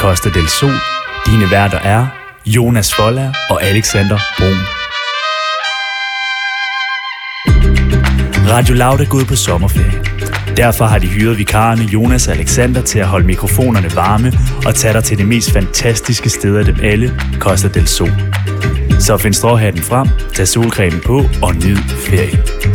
Costa del Sol. Dine værter er Jonas Follager og Alexander Brun. Radio Loud er gået på sommerferie. Derfor har de hyret vikarerne Jonas og Alexander til at holde mikrofonerne varme og tage dig til det mest fantastiske sted af dem alle, Costa del Sol. Så find stråhatten frem, tag solcremen på og nyd ferien.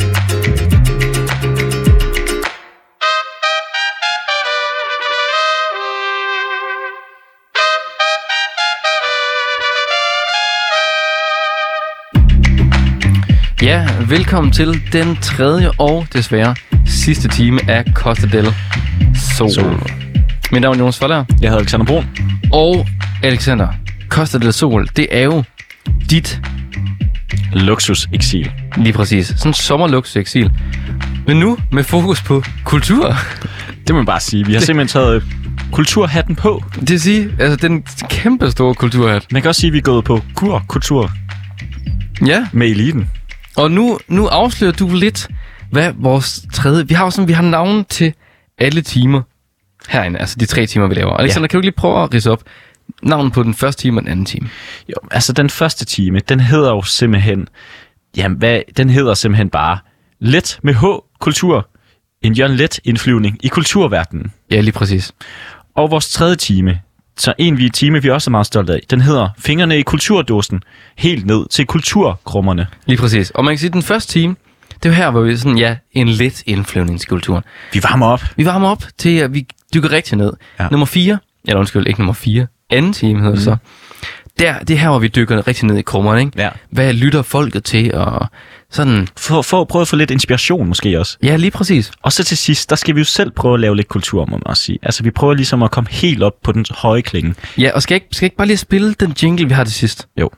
Ja, velkommen til den tredje og desværre sidste time af Costa del Sol. Mit navn er Jonas Follager. Jeg hedder Alexander Brun. Og Alexander, Costa del Sol, det er jo dit luksuseksil. Lige præcis. Sådan en sommerluksuseksil. Men nu med fokus på kultur. Det må man bare sige. Vi har simpelthen taget kulturhatten på. Det vil sige, altså den kæmpe store kulturhat. Man kan også sige, at vi er gået på kultur. Ja. Med eliten. Og nu afslører du lidt, hvad vores tredje... Vi har navne til alle timer herinde, altså de 3 timer, vi laver. Alexander, Kan du lige prøve at ridse op navnet på den første time og den anden time? Jo, altså den første time, den hedder jo simpelthen... Jamen, den hedder simpelthen bare Let med H, kultur. En Jørgen Let indflyvning i kulturverdenen. Ja, lige præcis. Og vores tredje time, så en time, vi også er meget stolte af, den hedder Fingrene i kulturdåsen, helt ned til kulturkrummerne. Lige præcis. Og man kan sige, at den første time, det er her, hvor vi sådan, en let indflyvning til kulturen. Vi varmer op til, at vi dykker rigtig ned. Ja. Nummer 4, eller undskyld, ikke nummer 4, anden time hedder det så. Det er her, hvor vi dykker rigtig ned i krummerne, ikke? Ja. Hvad lytter folket til, og sådan... For at prøve at få lidt inspiration måske også. Ja, lige præcis. Og så til sidst, der skal vi jo selv prøve at lave lidt kultur, må man også sige. Altså, vi prøver ligesom at komme helt op på den høje klinge. Ja, og skal ikke bare lige spille den jingle, vi har til sidst? Jo.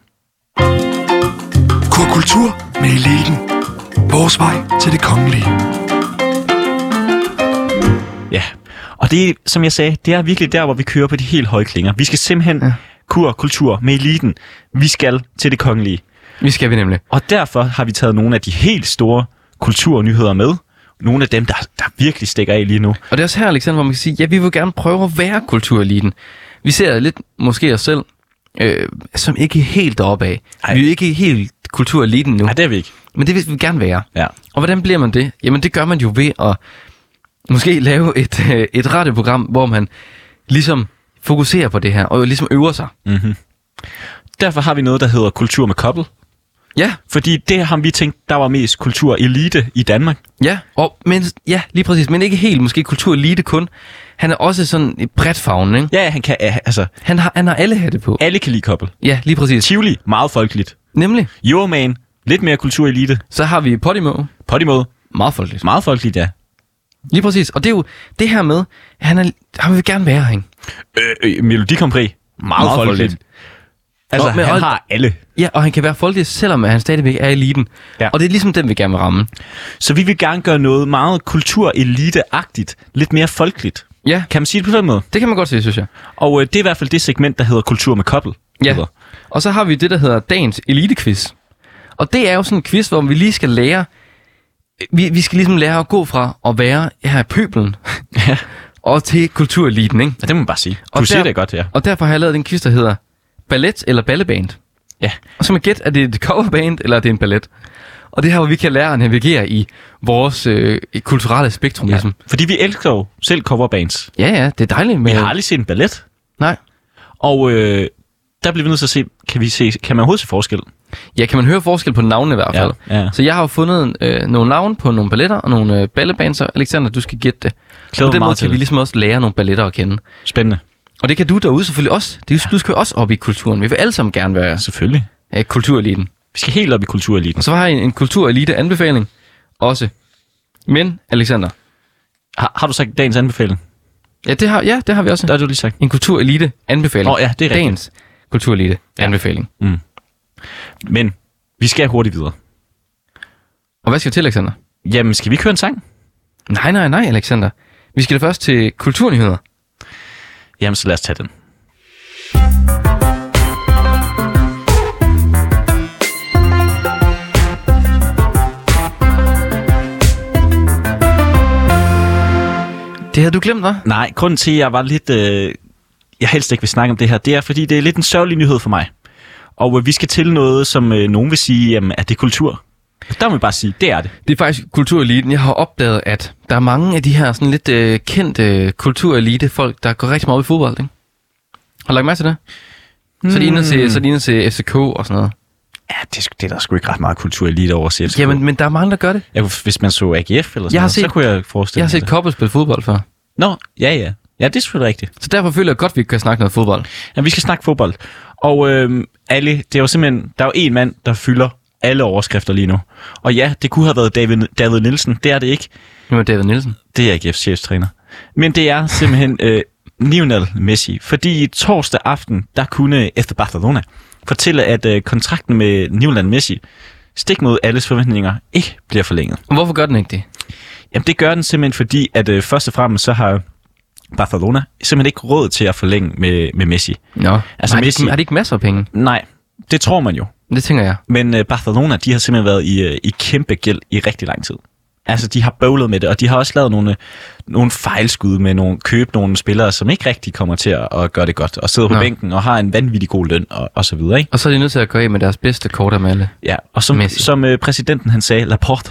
Kultur med eliten. Vores vej til det kongelige. Ja, og det er, som jeg sagde, det er virkelig der, hvor vi kører på de helt høje klinger. Vi skal simpelthen kultur med eliten. Vi skal til det kongelige. Vi skal vi nemlig. Og derfor har vi taget nogle af de helt store kulturnyheder med. Nogle af dem, der virkelig stikker af lige nu. Og det er også her, Alexander, hvor man kan sige, ja, vi vil gerne prøve at være kultureliten. Vi ser lidt, måske os selv, som ikke er helt deroppe af. Vi er ikke helt kultureliten nu. Nej, det er vi ikke. Men det vil vi gerne være. Ja. Og hvordan bliver man det? Jamen, det gør man jo ved at måske lave et radioprogram, hvor man ligesom fokuserer på det her, og ligesom øver sig. Mm-hmm. Derfor har vi noget, der hedder Kultur med Kobbel. Ja. Fordi det har vi tænkt, der var mest kulturelite i Danmark. Ja, lige præcis. Men ikke helt måske kulturelite kun. Han er også sådan et bredt favn, ikke? Ja, han kan, altså... Han har alle hatte på. Alle kan lide Kobbel. Ja, lige præcis. Tivoli, meget folkeligt. Nemlig. Euroman, lidt mere kulturelite. Så har vi Podimo. Meget folkeligt. Meget folkeligt, ja. Lige præcis. Og det er jo det her med, han vil gerne være her. Melodi Grand Prix, meget folkeligt. Altså, han har alle. Ja, og han kan være folkelig, selvom han stadigvæk er eliten. Ja. Og det er ligesom den, vi gerne vil ramme. Så vi vil gerne gøre noget meget kulturelite-agtigt. Lidt mere folkeligt. Ja. Kan man sige det på den måde? Det kan man godt sige, synes jeg. Og det er i hvert fald det segment, der hedder Kultur med Kobbel. Ja. Og så har vi det, der hedder dagens elitequiz. Og det er jo sådan en quiz, hvor vi lige skal lære... Vi skal ligesom lære at gå fra at være her i pøbelen og til kultureliten, ikke? Ja, det må man bare sige. Du siger det godt, ja. Og derfor har jeg lavet en quiz, der hedder ballet eller balleband. Ja. Og så man gætte, er det et coverband, eller er det en ballet? Og det her, hvor vi kan lære at navigere i vores kulturelle spektrum. Ja. Ligesom. Fordi vi elsker jo selv coverbands. Ja, det er dejligt. Men... Vi har aldrig set en ballet. Nej. Og der bliver vi nødt til at se, kan man overhovedet se forskel? Ja, kan man høre forskel på navnene i hvert fald. Ja. Så jeg har jo fundet nogle navne på nogle balletter og nogle ballebands, så Alexander, du skal gætte det. Og på den måde kan vi ligesom også lære nogle balletter at kende. Spændende. Og det kan du derude selvfølgelig også. Du skal jo også op i kulturen. Vi vil alle sammen gerne være selvfølgelig kultureliten. Vi skal helt op i kultureliten. Og så har jeg en kulturelite-anbefaling også. Men, Alexander. Har du sagt dagens anbefaling? Ja, det har vi også. Der har du lige sagt. En kulturelite-anbefaling. Ja, det er dagens kulturelite-anbefaling. Ja. Men vi skal hurtigt videre. Og hvad skal vi til, Alexander? Jamen, skal vi køre en sang? Nej, Alexander. Vi skal da først til kulturnyheder. Jamen, så lad os tage den. Det havde du glemt, hva'? Nej, grunden til, at jeg var lidt... jeg helst ikke vil snakke om det her, det er, fordi det er lidt en sørgelig nyhed for mig. Og vi skal til noget, som nogen vil sige, jamen, er det kultur? Der må vi bare sige, det er det. Det er faktisk kultureliten. Jeg har opdaget, at der er mange af de her sådan lidt kendte kulturelite-folk, der går rigtig meget op i fodbold, ikke? Har du lagt mærke til det? Så er de inde og se FCK og sådan noget. Ja, det er der sgu ikke ret meget kulturelite over at FCK. Jamen, men der er mange, der gør det. Hvis man så AGF eller sådan noget, så kunne jeg forestille mig Jeg har set Koppel spille fodbold før. Nå, ja. Ja, det er selvfølgelig rigtigt. Så derfor føler jeg godt, at vi kan snakke noget fodbold. Ja, vi skal snakke fodbold. Og Ali, det er jo simpelthen, der er jo en mand, der fylder alle overskrifter lige nu. Og ja, det kunne have været David Nielsen. Det er det ikke. Hvem er David Nielsen? Det er AGF's cheftræner. Men det er simpelthen Lionel Messi. Fordi torsdag aften, der kunne FC Barcelona fortælle, at kontrakten med Lionel Messi, stik mod alles forventninger, ikke bliver forlænget. Hvorfor gør den ikke det? Jamen, det gør den simpelthen fordi, at først og fremmest så har Barcelona simpelthen ikke råd til at forlænge med Messi. Nå, altså, Messi... har de ikke masser af penge? Nej, det tror man jo. Det tænker jeg. Men Barcelona, de har simpelthen været i kæmpe gæld i rigtig lang tid. Altså, de har bøvlet med det, og de har også lavet nogle fejlskud med købe nogle spillere, som ikke rigtig kommer til at gøre det godt, og sidder på bænken og har en vanvittig god løn, og så videre, ikke? Og så er de nødt til at gå af med deres bedste kort af alle. Ja, og som præsidenten han sagde, Laporte,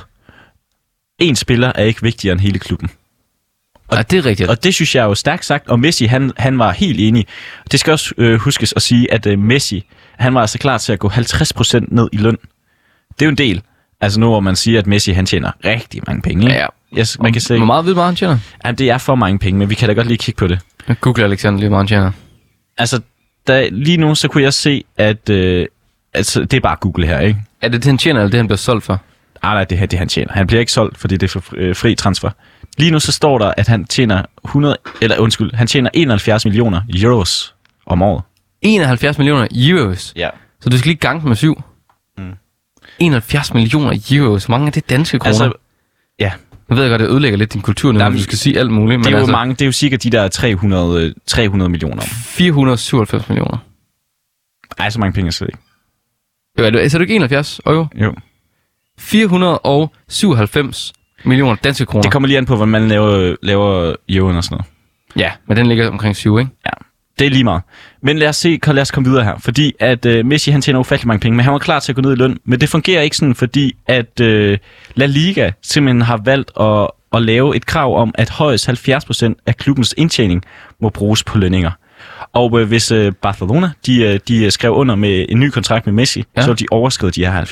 en spiller er ikke vigtigere end hele klubben. Ja, det er rigtigt. Og det synes jeg er jo stærkt sagt, og Messi, han var helt enig. Det skal også huskes at sige, at Messi, han var altså klar til at gå 50% ned i løn. Det er jo en del. Altså nu, hvor man siger, at Messi, han tjener rigtig mange penge, ikke? Ja. Yes, man kan se. Hvor meget han tjener? Ja, det er for mange penge, men vi kan da godt lige kigge på det. Google Alexander lige, hvor han tjener. Altså, lige nu, så kunne jeg se, at altså, det er bare Google her, ikke? Er det han tjener, eller det han bliver solgt for? Nej, det er det, han tjener. Han bliver ikke solgt, fordi det er for fri transfer. Lige nu så står der, at han tjener han tjener 71 millioner euros om året. 71 millioner euros? Ja. Så du skal lige gange med 7. 71 millioner euros. Hvor mange er det danske kroner? Altså, ja. Jeg ved godt, det ødelægger lidt din kultur nu, du skal sige alt muligt. Det er jo mange. Det er jo cirka de der 300 millioner. 497 millioner. Ej, så mange penge er slet ikke. Jo, så er du ikke 71 euro? Jo. 497 millioner danske kroner. Det kommer lige an på, hvordan man laver euroen og sådan noget. Ja, men den ligger omkring 7, ikke? Ja, det er lige meget. Men lad os komme videre her. Fordi at Messi, han tjener ufattelig mange penge, men han var klar til at gå ned i løn. Men det fungerer ikke sådan, fordi at La Liga simpelthen har valgt at lave et krav om, at højst 70% af klubbens indtjening må bruges på lønninger. Og hvis Barcelona, de skrev under med en ny kontrakt med Messi, så de overskred de her 70%.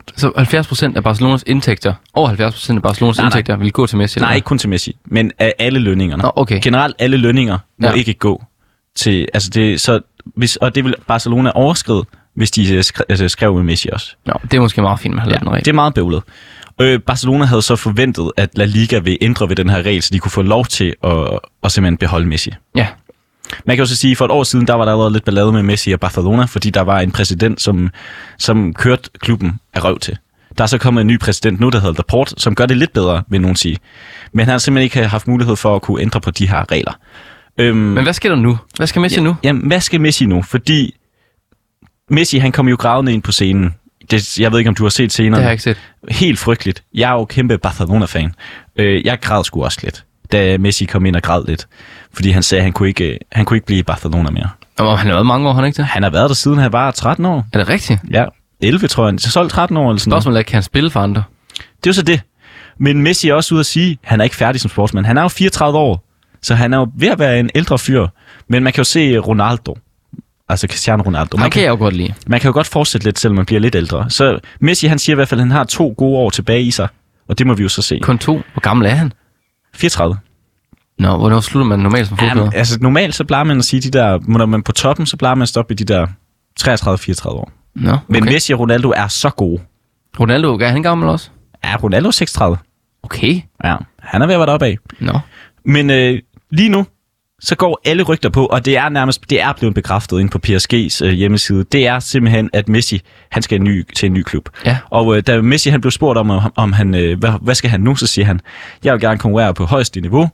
Så 70% af Barcelonas indtægter, over 70% af Barcelonas indtægter vil gå til Messi? Nej, ikke kun til Messi, men af alle lønningerne. Nå, okay. Generelt alle lønninger må ikke gå til, altså og det vil Barcelona overskride, hvis de skrev med Messi også. Nå, det er måske meget fint, man har lavet den regel. Det er meget bøvlet. Barcelona havde så forventet, at La Liga vil ændre ved den her regel, så de kunne få lov til at simpelthen beholde Messi. Ja. Man kan jo så sige, at for et år siden, der var der allerede lidt ballade med Messi og Barcelona, fordi der var en præsident, som kørte klubben af røv til. Der er så kommet en ny præsident nu, der hedder Laporte, som gør det lidt bedre, vil nogen sige. Men han har simpelthen ikke haft mulighed for at kunne ændre på de her regler. Men hvad sker der nu? Hvad skal Messi nu? Jamen, hvad skal Messi nu? Fordi Messi, han kom jo gravende ind på scenen. Jeg ved ikke, om du har set scenerne. Det har jeg ikke set. Helt frygteligt. Jeg er jo kæmpe Barcelona-fan. Jeg græd sgu også lidt, da Messi kom ind og græd lidt. Fordi han sagde, at han kunne ikke blive i Barcelona mere. Og han har været mange år, han ikke det? Han har været der siden han var 13 år. Er det rigtigt? Ja, 11 tror jeg. Så solgt 13 år eller sådan noget. Spørgsmålet er, kan han spille for andre? Det er jo så det. Men Messi er også ude at sige, at han er ikke færdig som sportsmand. Han er jo 34 år, så han er jo ved at være en ældre fyr. Men man kan jo se Ronaldo. Altså Cristiano Ronaldo. Han kan jeg jo godt lide. Man kan jo godt fortsætte lidt, selvom man bliver lidt ældre. Så Messi, han siger i hvert fald, at han har 2 gode år tilbage i sig. Og det må vi jo så se. Kun 2? Hvor gammel er han? 34. Nå, hvornår slutter man normalt som fodbold? Altså normalt så plejer man at sige de der, når man på toppen, så plejer man at stoppe i de der 33-34 år. Nå, okay. Men Messi og Ronaldo er så gode. Ronaldo, er han gammel også? Ja, Ronaldo er 36. Okay. Ja, han er ved at være deroppe af. Nå. Men lige nu, så går alle rygter på, og det er blevet bekræftet inde på PSG's hjemmeside. Det er simpelthen, at Messi, han skal til en ny klub. Ja. Og da Messi, han blev spurgt om han, hvad skal han nu, så siger han, jeg vil gerne konkurrere på højeste niveau.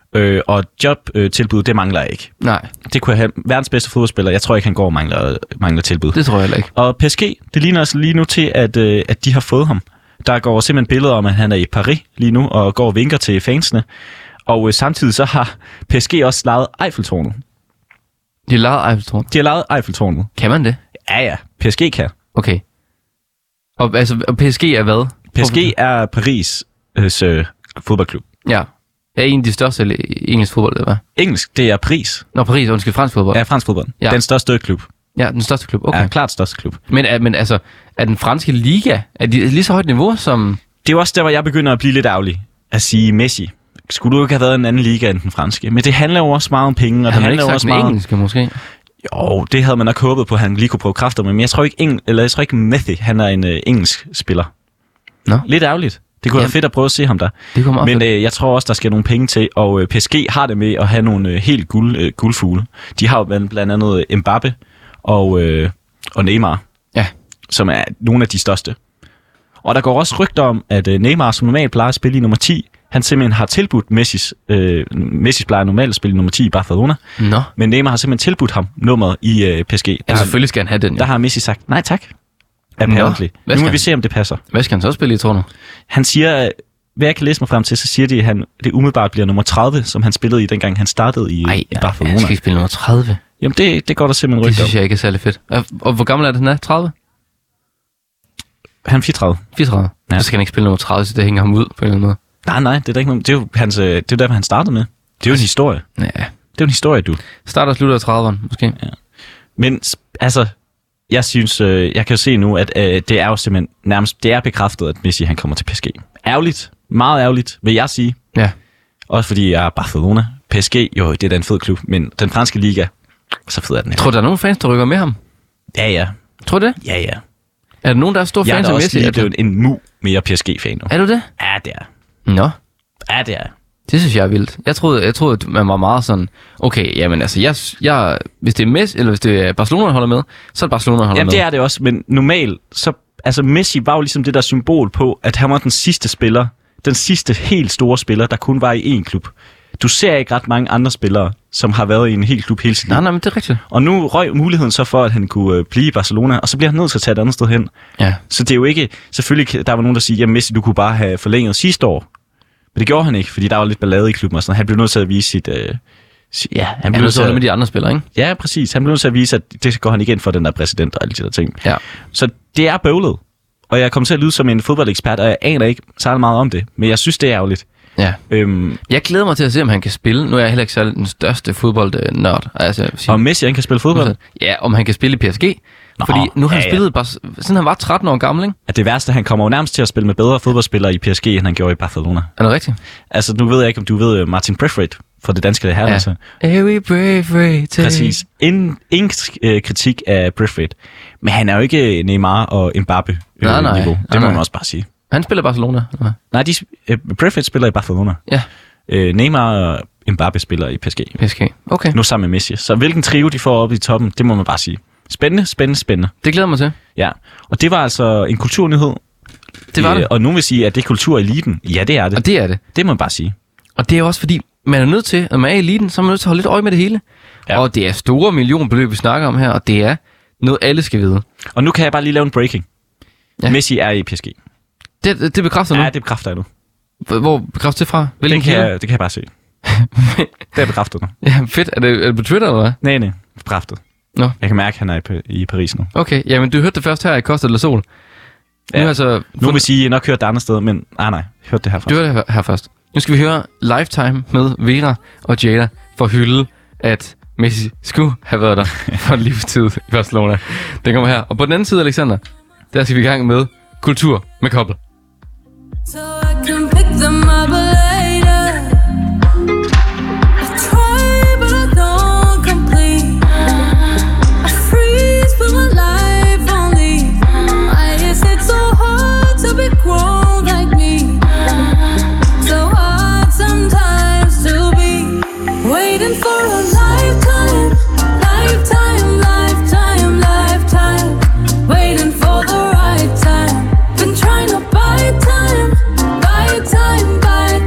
Og jobtilbud, det mangler jeg ikke. Nej. Det kunne jeg have. Verdens bedste fodboldspiller, jeg tror ikke, han går og mangler tilbud. Det tror jeg heller ikke. Og PSG, det ligner altså lige nu til, at de har fået ham. Der går simpelthen billeder om, at han er i Paris lige nu, og går og vinker til fansene. Og samtidig så har PSG også slaget Eiffeltårnet. De har lavet Eiffeltårnet? De har lavet Eiffeltårnet. Kan man det? Ja. PSG kan. Okay. Og PSG er hvad? PSG er Paris' fodboldklub. Ja. Er en af de største engelsk fodbold, eller hvad? Engelsk, det er Paris. Nå, Paris, undskyld, fransk fodbold. Ja, fransk fodbold. Ja. Den største klub. Ja, den største klub, okay. Ja, klart største klub. Men altså, er den franske liga, er de lige så højt niveau som... Det er jo også der, hvor jeg begynder at blive lidt ærgerlig. At sige, Messi, skulle du ikke have været en anden liga end den franske? Men det handler jo også meget om penge, og det handler jo også meget... engelske, måske? Jo, det havde man nok håbet på, at han lige kunne prøve kræfter med. Men jeg tror ikke, Messi, han er en engelsk spiller. Nå. Lidt ærgerligt. Det kunne være fedt at prøve at se ham der. Det kunne men jeg tror også, der skal nogle penge til, og PSG har det med at have nogle helt guldfugle. De har jo blandt andet Mbappé og Neymar, som er nogle af de største. Og der går også rygter om, at Neymar, som normalt plejer at spille i nummer 10, han simpelthen har tilbudt Messi plejer normalt at spille nummer 10 i Barcelona. Nå. Men Neymar har simpelthen tilbudt ham nummeret i PSG. Ja, selvfølgelig skal han have den. Der har Messi sagt, nej tak. Apparently. Nu må vi se, om det passer. Hvad skal han så spille i, tror du? Han siger, hvad jeg kan læse mig frem til, så siger de, at det umiddelbart bliver nummer 30, som han spillede i, dengang han startede i Barcelona. Han skal spille nummer 30? Jamen, det går der simpelthen rygter om. Det synes jeg ikke er særlig fedt. Og hvor gammel er det, han er? 30? Han er 34. 34? Ja. Så skal han ikke spille nummer 30, så det hænger ham ud på en eller anden måde. Nej, det er der ikke noget. Det er jo derfor, han startede med. Det er jo en historie. Ja. Det er jo en historie, du. Starter og slutter af 30'erne, måske. Ja. Men altså, jeg synes, jeg kan jo se nu, at det er jo simpelthen nærmest, det er bekræftet, at Messi han kommer til PSG. Ærgerligt. Meget ærgerligt, vil jeg sige. Ja. Også fordi jeg er Barcelona. PSG, jo, det er da en fed klub, men den franske liga, så fed er den her. Tror du, der er nogen fans, der rykker med ham? Ja. Tror du det? Ja. Er der nogen, der er store fans af Messi? Jeg er også lige en mere PSG-fan nu. Er du det? Ja, det er. Nå. Ja, det er. Det synes jeg er vildt. Jeg troede, at man var meget sådan, okay, jamen altså, jeg hvis det er Messi, eller hvis det er Barcelona, der holder med, så er det Barcelona, der holder med. Jamen, det er det også, men normalt, så, altså Messi var jo ligesom det der symbol på, at han var den sidste spiller, den sidste helt store spiller, der kun var i én klub. Du ser ikke ret mange andre spillere, som har været i en hel klub hele sit liv. Nej, men det er rigtigt. Og nu røg muligheden så for, at han kunne blive i Barcelona, og så bliver han nødt til at tage et andet sted hen. Ja. Så det er jo ikke, selvfølgelig, der var nogen, der siger, jamen Messi, du kunne bare have forlænget sidste år. Men det gjorde han ikke, fordi der var lidt ballade i klubben og sådan. Han blev nødt til at vise sit... han blev nødt til at med de andre spillere, ikke? Ja, præcis. Han blev nødt til at vise, at det går han igen for den der præsident og alle de der ting. Ja. Så det er bøvlet. Og jeg kommer til at lyde som en fodboldekspert, og jeg aner ikke særlig meget om det. Men jeg synes, det er ærgerligt. Ja. Jeg glæder mig til at se, om han kan spille. Nu er jeg heller ikke særlig den største fodboldnørd. Altså, og Messi, han kan spille fodbold? Ja, om han kan spille i PSG. Fordi nu har han spillet bare, siden han var 13 år gammel, ikke? At det værste, han kommer jo nærmest til at spille med bedre fodboldspillere i PSG, end han gjorde i Barcelona. Er det rigtigt? Altså, nu ved jeg ikke, om du ved Martin Braithwaite fra det danske herre. Ja. Every Braithwaite. Præcis. Ingen kritik af Braithwaite. Men han er jo ikke Neymar og Mbappé-niveau. Det må man også bare sige. Han spiller i Barcelona? Nej, Braithwaite spiller i Barcelona. Ja. Neymar og Mbappé spiller i PSG. Okay. Nu sammen med Messi. Så hvilken trio de får op i toppen, det må man bare sige. Spændende. Det glæder mig til. Ja, og det var altså en kulturnyhed. Det var det. Og nogen vil sige, at det er kultureliten. Ja, det er det. Og det er det. Det må man bare sige. Og det er også fordi, man er nødt til, når man er i eliten, så er man nødt til at holde lidt øje med det hele. Ja. Og det er store millionbeløb, vi snakker om her, og det er noget, alle skal vide. Og nu kan jeg bare lige lave en breaking. Ja. Messi er i PSG. Det bekræfter nu? Ja, det bekræfter jeg nu. Hvor bekræfter det fra? Det kan jeg bare se. Det er bekræftet nu. Ja, fedt. Er det på Twitter, eller hvad? Nej, bekræftet. Nå. Jeg kan mærke, at han er i Paris nu. Okay, jamen du hørte det først her i Costa del Sol. Ja. Nu vil sige, at jeg nok hørte det andet sted, men nej, jeg hørte det her først. Du hørte det her først. Nu skal vi høre Lifetime med Vera og Jada for at hylde, at Messi skulle have været der for en livstid i Barcelona. Den kommer her. Og på den anden side, Alexander, der skal vi i gang med Kultur med Kobbel. So I can pick them up later. I try but I don't complete. I freeze for my life only. Why is it so hard to be grown like me? So hard sometimes to be waiting for a lifetime. Waiting for the right time. Been trying to buy time.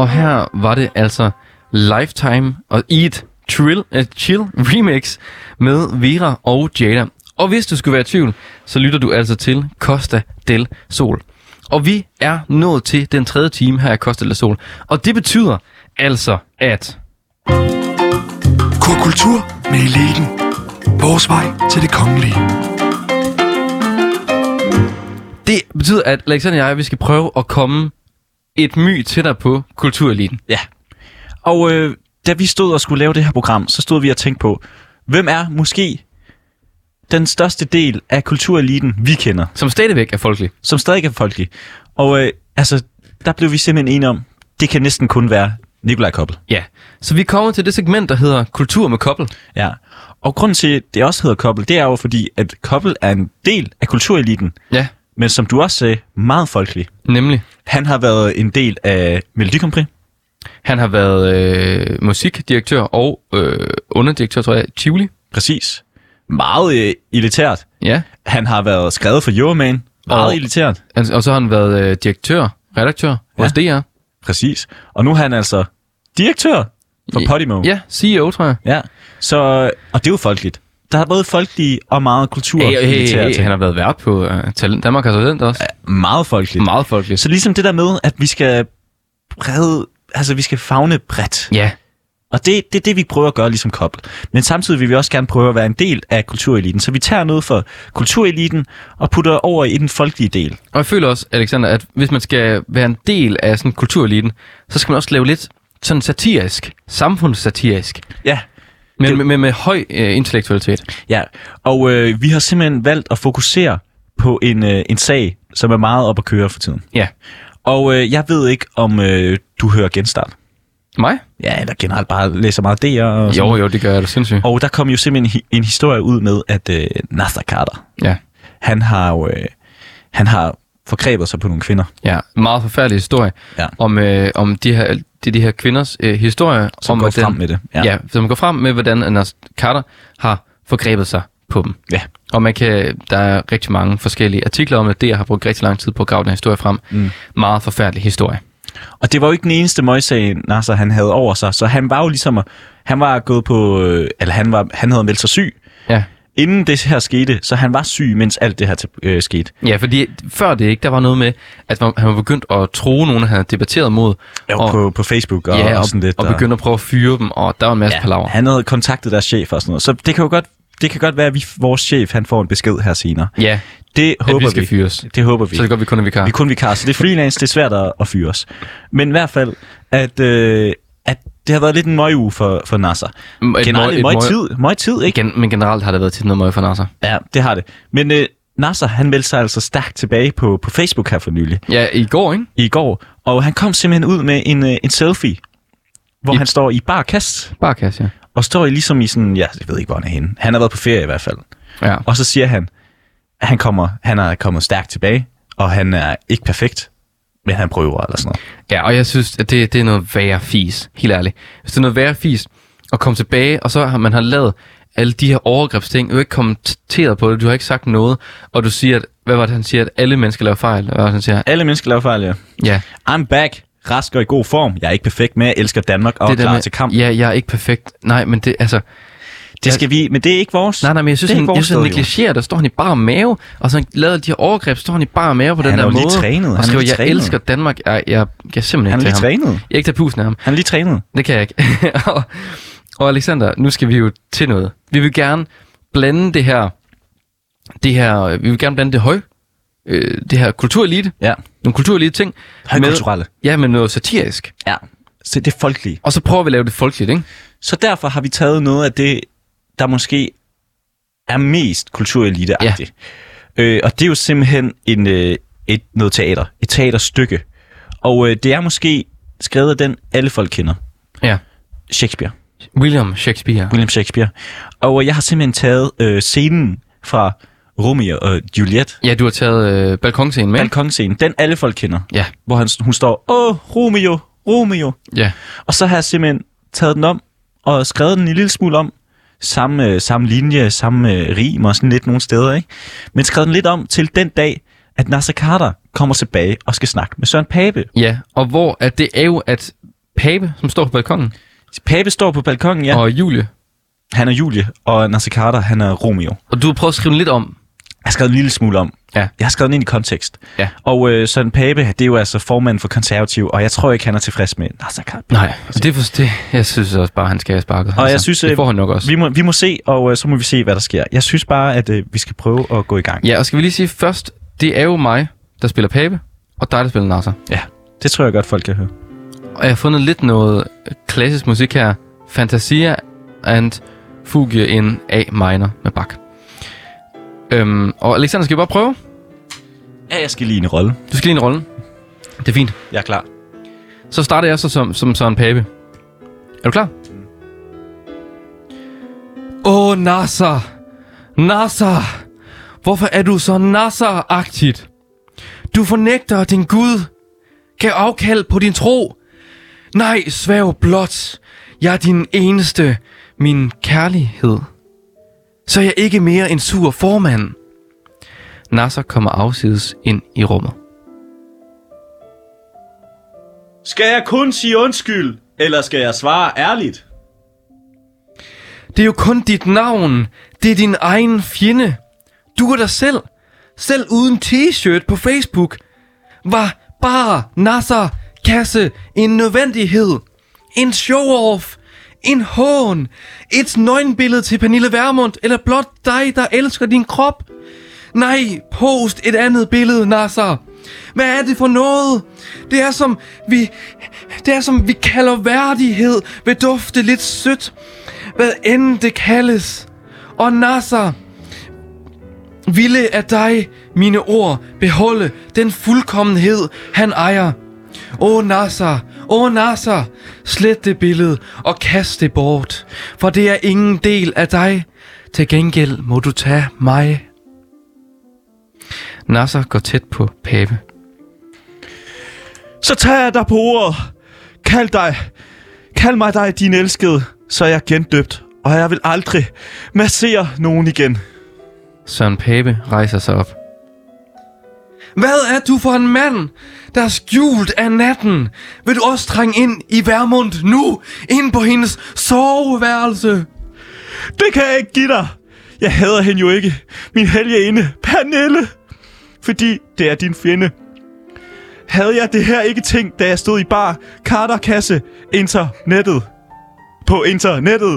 Og her var det altså Lifetime og Eat Chill remix med Vera og Jada. Og hvis du skulle være i tvivl, så lytter du altså til Costa del Sol. Og vi er nået til den 3. time her i Costa del Sol. Og det betyder altså, at... Kultur med eliten. Vores vej til det kongelige. Det betyder, at Alexander og jeg, vi skal prøve at komme et my tættere på kultureliten. Ja. Og da vi stod og skulle lave det her program, så stod vi og tænkte på, hvem er måske den største del af kultureliten, vi kender? Som stadigvæk er folkelig. Som stadig er folkelig. Og der blev vi simpelthen enige om, det kan næsten kun være Nikolaj Koppel. Ja, så vi kommer til det segment, der hedder Kultur med Koppel. Ja, og grunden til, at det også hedder Koppel, det er jo fordi, at Koppel er en del af kultureliten. Ja. Men som du også sagde, meget folkelig. Nemlig. Han har været en del af Melodi Grand Prix. Han har været musikdirektør og underdirektør, tror jeg, Tivoli. Præcis. Meget elitært. Ja. Han har været skrevet for Euroman. Meget elitært. Og så har han været direktør, redaktør hos DR. Præcis. Og nu er han altså direktør for Podimo. Ja, CEO, tror jeg. Ja. Så, og det er jo folkeligt. Der har både folkelige og meget kultur. Hey, han har været vært på Talent Danmark, har Talent også. Ja, meget folkeligt. Meget folkeligt. Så ligesom det der med, at vi skal vi skal favne bredt. Ja. Og det er det, vi prøver at gøre ligesom Koppel. Men samtidig vil vi også gerne prøve at være en del af kultureliten. Så vi tager noget fra kultureliten og putter over i den folkelige del. Og jeg føler også, Alexander, at hvis man skal være en del af sådan kultureliten, så skal man også lave lidt sådan satirisk, samfundssatirisk. Ja. Men med høj intellektualitet. Ja, og vi har simpelthen valgt at fokusere på en sag, som er meget op at køre for tiden. Ja. Og jeg ved ikke, om du hører Genstart. Mig? Ja, eller generelt bare læser meget DR. Og Jo, det gør jeg da sindssygt. Og der kom jo simpelthen en historie ud med, at Naser Khader, Ja. han har forgrebet sig på nogle kvinder. Ja, meget forfærdelig historie. Ja. Om de her kvinders historie. Som går frem med det. Ja, som går frem med, hvordan Naser Khader har forgrebet sig på dem. Ja. Og der er rigtig mange forskellige artikler om, at det har brugt rigtig lang tid på at grave den historie frem. Meget forfærdelig historie. Og det var jo ikke den eneste møgssag, Naser han havde over sig. Så han var jo ligesom, han var gået på, eller han havde meldt sig syg. Ja. Inden det her skete, så han var syg, mens alt det her skete. Ja, fordi før det ikke, der var noget med, at han var begyndt at true nogen, han havde debatteret mod. Jo, og, på Facebook og sådan lidt. Og begyndte at prøve at fyre dem, og der var en masse palaver. Han havde kontaktet deres chef og sådan noget. Så det kan godt være, at vores chef han får en besked her senere. Ja, det håber vi skal fyres. Det håber vi. Så det går vi kun er vikar. Vi er kun vikar, så det er freelance, det er svært at fyre os. Men i hvert fald, at det har været lidt en møguge for Naser. Generelt møg tid, ikke? Men generelt har det været til noget møg for Naser. Ja, det har det. Men Naser, han meldte sig altså stærkt tilbage på Facebook her for nylig. Ja, i går, ikke? I går. Og han kom simpelthen ud med en selfie, hvor han står i bar kast. Bar kast, ja. Og står ligesom i sådan, jeg ved ikke, hvor han er henne. Han har været på ferie i hvert fald. Ja. Og så siger han, at han er kommet stærkt tilbage, og han er ikke perfekt, men han prøver eller sådan noget. Ja, og jeg synes, at det er noget værre fis, helt ærligt. Hvis det er noget værre fis at komme tilbage, og så har man lavet alle de her overgrebsting, du har ikke kommenteret på det, du har ikke sagt noget, og du siger, at, hvad var det, han siger, at alle mennesker laver fejl? Hvad var det, han siger? Alle mennesker laver fejl, ja. Ja. I'm back. Rask og i god form. Jeg er ikke perfekt, men jeg elsker Danmark og er klar til kamp. Ja, jeg er ikke perfekt. Nej, men det, altså... Det skal vi, men det er ikke vores. Nej, men jeg synes, han negligerer, der står han i bare mave, og så laver de her overgreb, står han i bare mave på den der måde. Han er lige trænet. Og skriver, jeg elsker Danmark. Jeg simpelthen han ikke til ham. Han er lige trænet. Jeg ikke tager pusen af ham. Han er lige trænet. Det kan jeg ikke. og Alexander, nu skal vi jo til noget. Vi vil gerne blande vi vil gerne blande det her kulturelite. Ja. Nogle kulturelite ting. Højkulturelle. Ja, med noget satirisk. Ja. Så det er folkelige. Og så prøver vi at lave det folkeligt, ikke? Så derfor har vi taget noget af det, der er mest kulturelite-agtigt. Ja. Og det er jo simpelthen noget teater. Et teaterstykke. Og det er måske skrevet af den, alle folk kender. Ja. Shakespeare. William Shakespeare. Og jeg har simpelthen taget scenen fra Romeo og Juliet. Ja, du har taget balkonscenen med. Balkonscenen. Den alle folk kender. Ja. Hvor hun står, Romeo. Ja. Og så har jeg simpelthen taget den om og skrevet den en lille smule om. Samme linje, samme rim og sådan lidt nogle steder, ikke? Men skrevet den lidt om til den dag, at Naser Khader kommer tilbage og skal snakke med Søren Pape. Ja, og hvor at det er jo, at Pape, som står på balkongen. Pape står på balkongen, ja. Og Julie. Han er Julie, og Naser Khader, han er Romeo. Og du har prøvet at skrive lidt om. Jeg har skrevet en lille smule om. Ja. Jeg har skrevet den ind i kontekst. Ja. Og Søren Pape, det er jo altså formanden for Konservativ, og jeg tror ikke, han er tilfreds med Naser Khader. Nej, det, jeg synes også bare, han skal have sparket. Og jeg synes, det får han nok også. Vi må se, og så må vi se, hvad der sker. Jeg synes bare, at vi skal prøve at gå i gang. Ja, og skal vi lige sige først, det er jo mig, der spiller Pape, og dig, der spiller Naser. Ja, det tror jeg godt, folk kan høre. Og jeg har fundet lidt noget klassisk musik her. Fantasia and Fugie in A minor med Bach. Og Alexander, skal vi bare prøve? Ja, jeg skal lige en rolle. Du skal lige en rolle. Det er fint. Jeg er klar. Så starter jeg så som Søren Pape. Er du klar? Åh, Naser. Naser. Hvorfor er du så Naser-agtigt? Du fornægter din Gud. Gav afkald på din tro. Nej, svæv blot. Jeg er din eneste, min kærlighed. Så er jeg ikke mere en sur formand. Naser kommer afsides ind i rummet. Skal jeg kun sige undskyld, eller skal jeg svare ærligt? Det er jo kun dit navn. Det er din egen fjende. Du er dig selv. Selv uden t-shirt på Facebook. Var bare Naser kasse en nødvendighed. En show-off. En hån. Et nøgenbillede til Pernille Vermund. Eller blot dig, der elsker din krop. Nej, post et andet billede, Naser. Hvad er det for noget? Det er som vi kalder værdighed. Vil dufte lidt sødt. Hvad end det kaldes. Og Naser ville af dig, mine ord, beholde den fuldkommenhed, han ejer. Åh, Naser, slet det billede og kast det bort. For det er ingen del af dig. Til gengæld må du tage mig. Naser går tæt på Pape. Så tager jeg dig på ordet. Kald mig dig, din elskede, så er jeg gendøbt, og jeg vil aldrig massere nogen igen. Søren Pape rejser sig op. Hvad er du for en mand, der er skjult af natten? Vil du også trænge ind i Vermund nu, ind på hendes soveværelse? Det kan jeg ikke give dig. Jeg hader hende jo ikke, min helgeinde, Pernille, fordi det er din fjende. Havde jeg det her ikke tænkt, da jeg stod i bar Khader-kasse på internettet?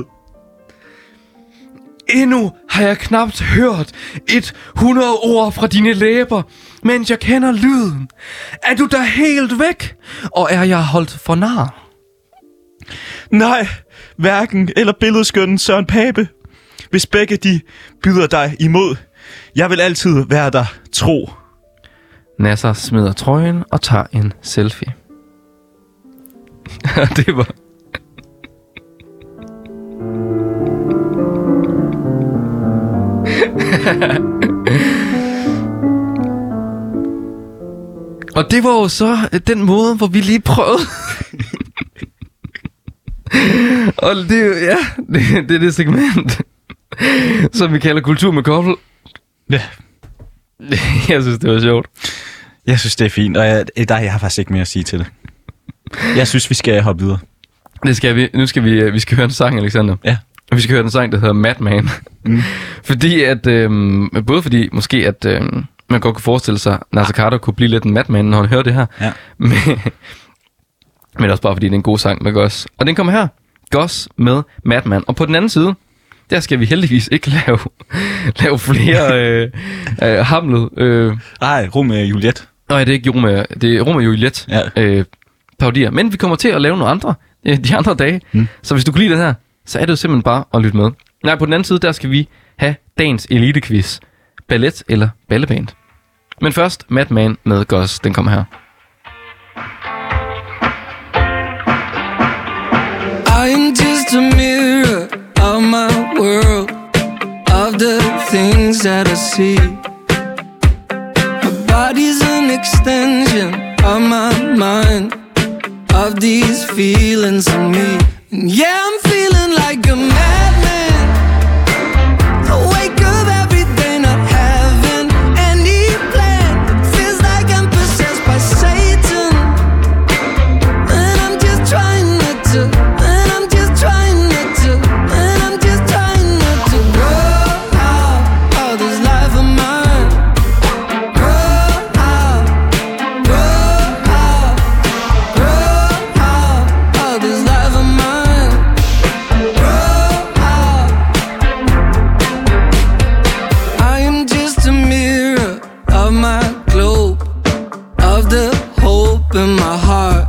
Endnu har jeg knapt hørt 100 ord fra dine læber, mens jeg kender lyden. Er du da helt væk, og er jeg holdt for nar? Nej, hverken eller billedskønnen Søren Pape. Hvis begge de byder dig imod, jeg vil altid være der tro. Naser smider trøjen og tager en selfie. Det var... Og det var jo så den måde, hvor vi lige prøvede. Og det er jo, ja, det er det segment, som vi kalder kultur med kobbel. Ja. Jeg synes, det var sjovt. Jeg synes, det er fint, og jeg har faktisk ikke mere at sige til det. Jeg synes, vi skal hoppe videre. Det skal vi. Nu skal vi skal høre en sang, Alexander. Ja. Og vi skal høre en sang, der hedder Madman. Fordi at, både fordi måske at man godt kunne forestille sig, at Naser Khader kunne blive lidt en madman, når han hører det her. Ja. Men også bare fordi det er en god sang med Goss. Og den kommer her. Goss med Madman. Og på den anden side, der skal vi heldigvis ikke lave flere Hamlet. Nej, Romeo og Juliette. Nej, det er ikke Romeo. Det er Romeo og Juliette parodier. Men vi kommer til at lave nogle andre de andre dage. Så hvis du kan lide den her, så er det jo simpelthen bare at lytte med. Nej, på den anden side, der skal vi have dagens elitequiz. Ballet eller balleband. Men først Madman med Goss. Den kommer her. I am just a mirror of my world, of the things that I see. My body's an extension of my mind, of these feelings in me. And yeah, I'm feeling like a madman. I wake up every day not having any plan. It feels like I'm possessed by Satan, and I'm just trying open my heart.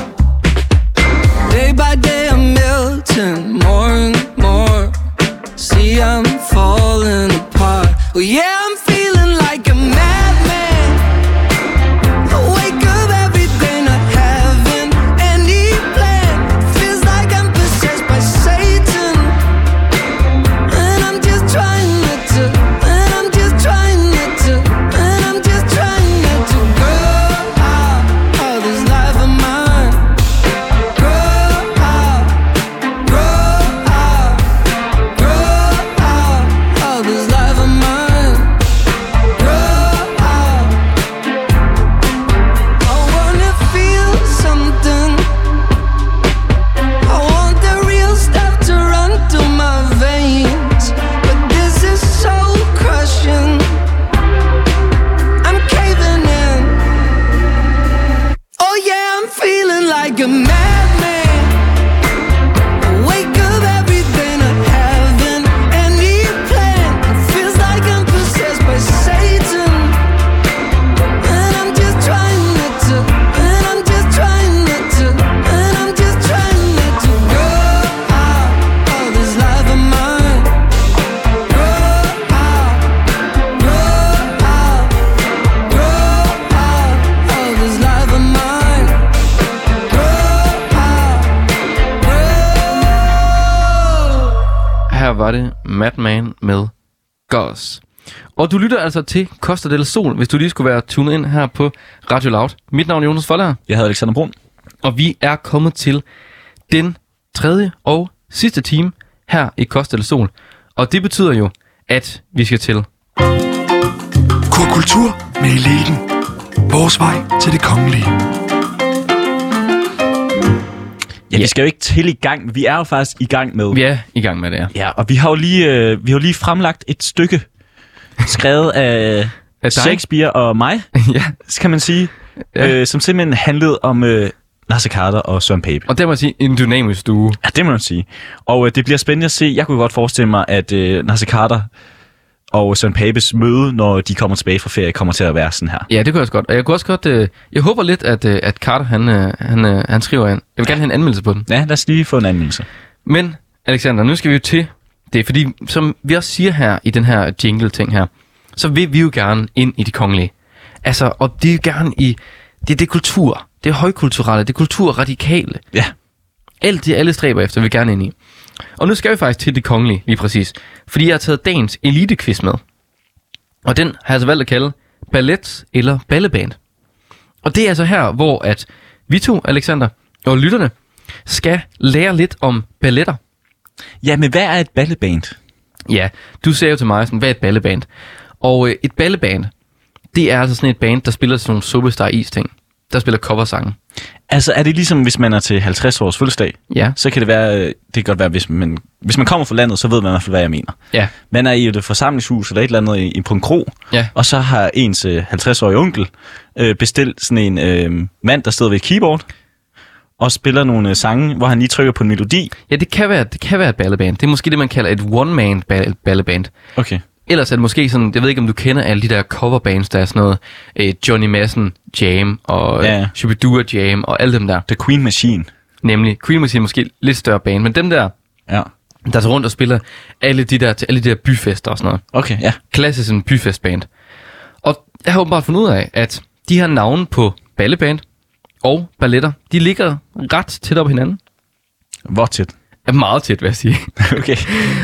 Day by day I'm melting more and more. See, I'm falling apart. Well, yeah, I'm feeling like a madman. I wake up every day not having any plan. Feels like I'm possessed by Satan. And I'm just trying not to. And I'm just trying not to. And I'm just trying not to grow out of this life of mine. Grow out, grow out, grow out of this life of mine. Grow out. I wanna feel something. I want the real stuff to run through my veins. But this is so crushing. I'm caving in. Oh yeah, I'm feeling like a madman. I wake up every day not having any plan. It feels like I'm possessed by Satan. And I'm just trying not to. And I'm just trying not to. And I'm just trying not to grow out of this life of mine. Grow out, grow out, grow out of this life of mine. Grow out, grow. Her var det Madman med Goss. Og du lytter altså til Costa del Sol, hvis du lige skulle være tunet ind her på Radio Loud. Mit navn er Jonas Folder, Jeg hedder Alexander Brun. og vi er kommet til den tredje og sidste time her i Costa del Sol. Og det betyder jo, at vi skal til... Kurkultur med eliten. Vores vej til det kongelige. Ja, vi skal jo ikke til i gang. Vi er jo faktisk i gang med... Vi er i gang med det her. Ja, og vi har jo lige fremlagt et stykke skrevet af dig? Shakespeare og mig, Ja. kan man sige, Ja. som simpelthen handlede om Naser Khader og Søren Pape. Og der må jeg sige, en dynamisk duo. Ja, det må man sige. Og det bliver spændende at se. Jeg kunne godt forestille mig, at Naser Khader og Søren Papes møde, når de kommer tilbage fra ferie, kommer til at være sådan her. Ja, det kunne jeg også godt. Og jeg kunne også godt... jeg håber lidt, at Carter, han skriver ind. Jeg vil gerne have en anmeldelse på den. Ja, lad os lige få en anmeldelse. Men, Alexander, nu skal vi jo til det. Fordi, som vi også siger her i den her jingle-ting her, så vil vi jo gerne ind i de kongelige. Altså, og det er jo gerne i... Det er kultur. Det er højkulturelle. Det er kulturradikale. Ja. Alt det, alle stræber efter, vil vi gerne ind i. Og nu skal vi faktisk til det kongelige, lige præcis. Fordi jeg har taget dagens elitequiz med. Og den har jeg altså valgt at kalde ballet eller balleband. Og det er altså her, hvor at vi to, Alexander, og lytterne, skal lære lidt om balletter. Ja, men hvad er et balleband? Ja, du sagde jo til mig, sådan, hvad er et balleband? Og et balleband, det er altså sådan et band, der spiller sådan nogle Superstar Is-ting. Der spiller coversange. Altså, er det ligesom, hvis man er til 50 års fødselsdag? Ja. Så kan det være, det kan godt være, hvis man kommer fra landet, så ved man i hvert fald, hvad jeg mener. Ja. Man er i et forsamlingshus eller et eller andet på en kro, Ja. og så har ens 50-årige onkel bestilt sådan en mand, der sidder ved et keyboard, og spiller nogle sange, hvor han lige trykker på en melodi. Ja, det kan være et balleband. Det er måske det, man kalder et one-man balleband. Okay. Ellers er det måske sådan, jeg ved ikke, om du kender alle de der coverbands, der er sådan noget Johnny Madsen Jam og Ja. Shubidua Jam og alle dem der. The Queen Machine. Nemlig Queen Machine måske lidt større band, men dem der, Ja. der tager rundt og spiller alle de der byfester og sådan noget. Okay, ja. Klassisk en byfestband. Og jeg har åbenbart fundet ud af, at de her navne på balleband og balletter, de ligger ret tæt op hinanden. Hvor tæt? Er meget tæt, vil jeg sige. Okay.